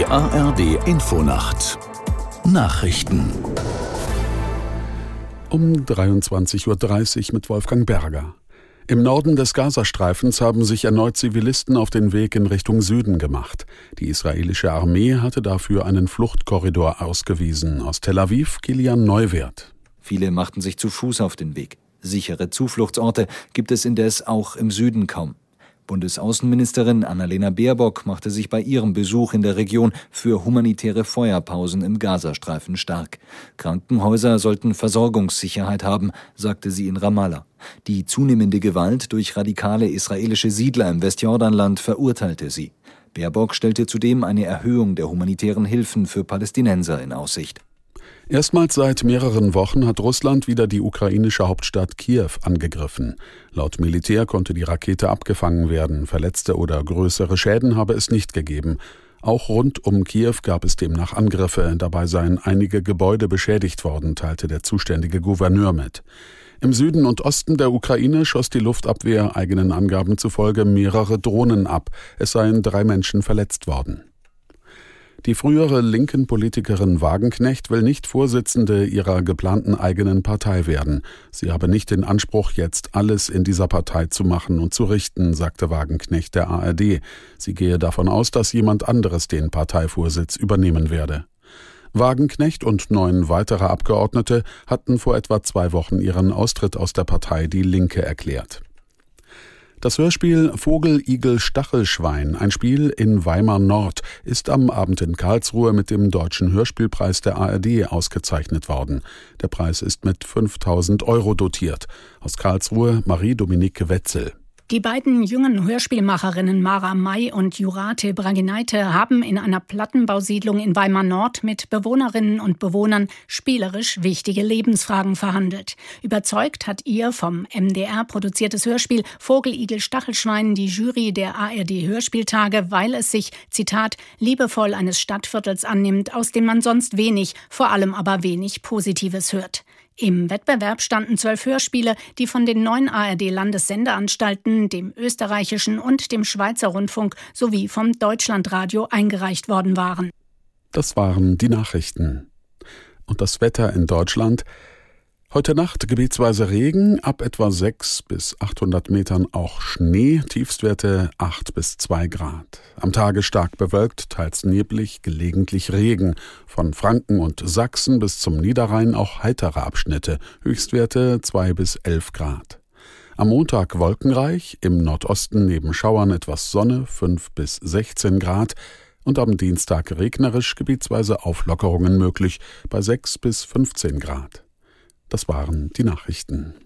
Die ARD-Infonacht Nachrichten um 23:30 Uhr mit Wolfgang Berger. Im Norden des Gazastreifens haben sich erneut Zivilisten auf den Weg in Richtung Süden gemacht. Die israelische Armee hatte dafür einen Fluchtkorridor ausgewiesen. Aus Tel Aviv, Kilian Neuwirth. Viele machten sich zu Fuß auf den Weg. Sichere Zufluchtsorte gibt es indes auch im Süden kaum. Bundesaußenministerin Annalena Baerbock machte sich bei ihrem Besuch in der Region für humanitäre Feuerpausen im Gazastreifen stark. Krankenhäuser sollten Versorgungssicherheit haben, sagte sie in Ramallah. Die zunehmende Gewalt durch radikale israelische Siedler im Westjordanland verurteilte sie. Baerbock stellte zudem eine Erhöhung der humanitären Hilfen für Palästinenser in Aussicht. Erstmals seit mehreren Wochen hat Russland wieder die ukrainische Hauptstadt Kiew angegriffen. Laut Militär konnte die Rakete abgefangen werden. Verletzte oder größere Schäden habe es nicht gegeben. Auch rund um Kiew gab es demnach Angriffe. Dabei seien einige Gebäude beschädigt worden, teilte der zuständige Gouverneur mit. Im Süden und Osten der Ukraine schoss die Luftabwehr eigenen Angaben zufolge mehrere Drohnen ab. Es seien 3 Menschen verletzt worden. Die frühere linken Politikerin Wagenknecht will nicht Vorsitzende ihrer geplanten eigenen Partei werden. Sie habe nicht den Anspruch, jetzt alles in dieser Partei zu machen und zu richten, sagte Wagenknecht der ARD. Sie gehe davon aus, dass jemand anderes den Parteivorsitz übernehmen werde. Wagenknecht und 9 weitere Abgeordnete hatten vor etwa 2 Wochen ihren Austritt aus der Partei Die Linke erklärt. Das Hörspiel Vogel, Igel, Stachelschwein, ein Spiel in Weimar Nord, ist am Abend in Karlsruhe mit dem Deutschen Hörspielpreis der ARD ausgezeichnet worden. Der Preis ist mit 5.000 € dotiert. Aus Karlsruhe Marie-Dominique Wetzel. Die beiden jungen Hörspielmacherinnen Mara May und Jurate Bragineite haben in einer Plattenbausiedlung in Weimar Nord mit Bewohnerinnen und Bewohnern spielerisch wichtige Lebensfragen verhandelt. Überzeugt hat ihr vom MDR produziertes Hörspiel Vogel, Igel, Stachelschwein die Jury der ARD Hörspieltage, weil es sich, Zitat, liebevoll eines Stadtviertels annimmt, aus dem man sonst wenig, vor allem aber wenig Positives hört. Im Wettbewerb standen 12 Hörspiele, die von den 9 ARD-Landessendeanstalten, dem österreichischen und dem Schweizer Rundfunk sowie vom Deutschlandradio eingereicht worden waren. Das waren die Nachrichten. Und das Wetter in Deutschland? Heute Nacht gebietsweise Regen, ab etwa 600 bis 800 Metern auch Schnee, Tiefstwerte 8 bis 2 Grad. Am Tage stark bewölkt, teils neblig, gelegentlich Regen. Von Franken und Sachsen bis zum Niederrhein auch heitere Abschnitte, Höchstwerte 2 bis 11 Grad. Am Montag wolkenreich, im Nordosten neben Schauern etwas Sonne, 5 bis 16 Grad. Und am Dienstag regnerisch, gebietsweise Auflockerungen möglich, bei 6 bis 15 Grad. Das waren die Nachrichten.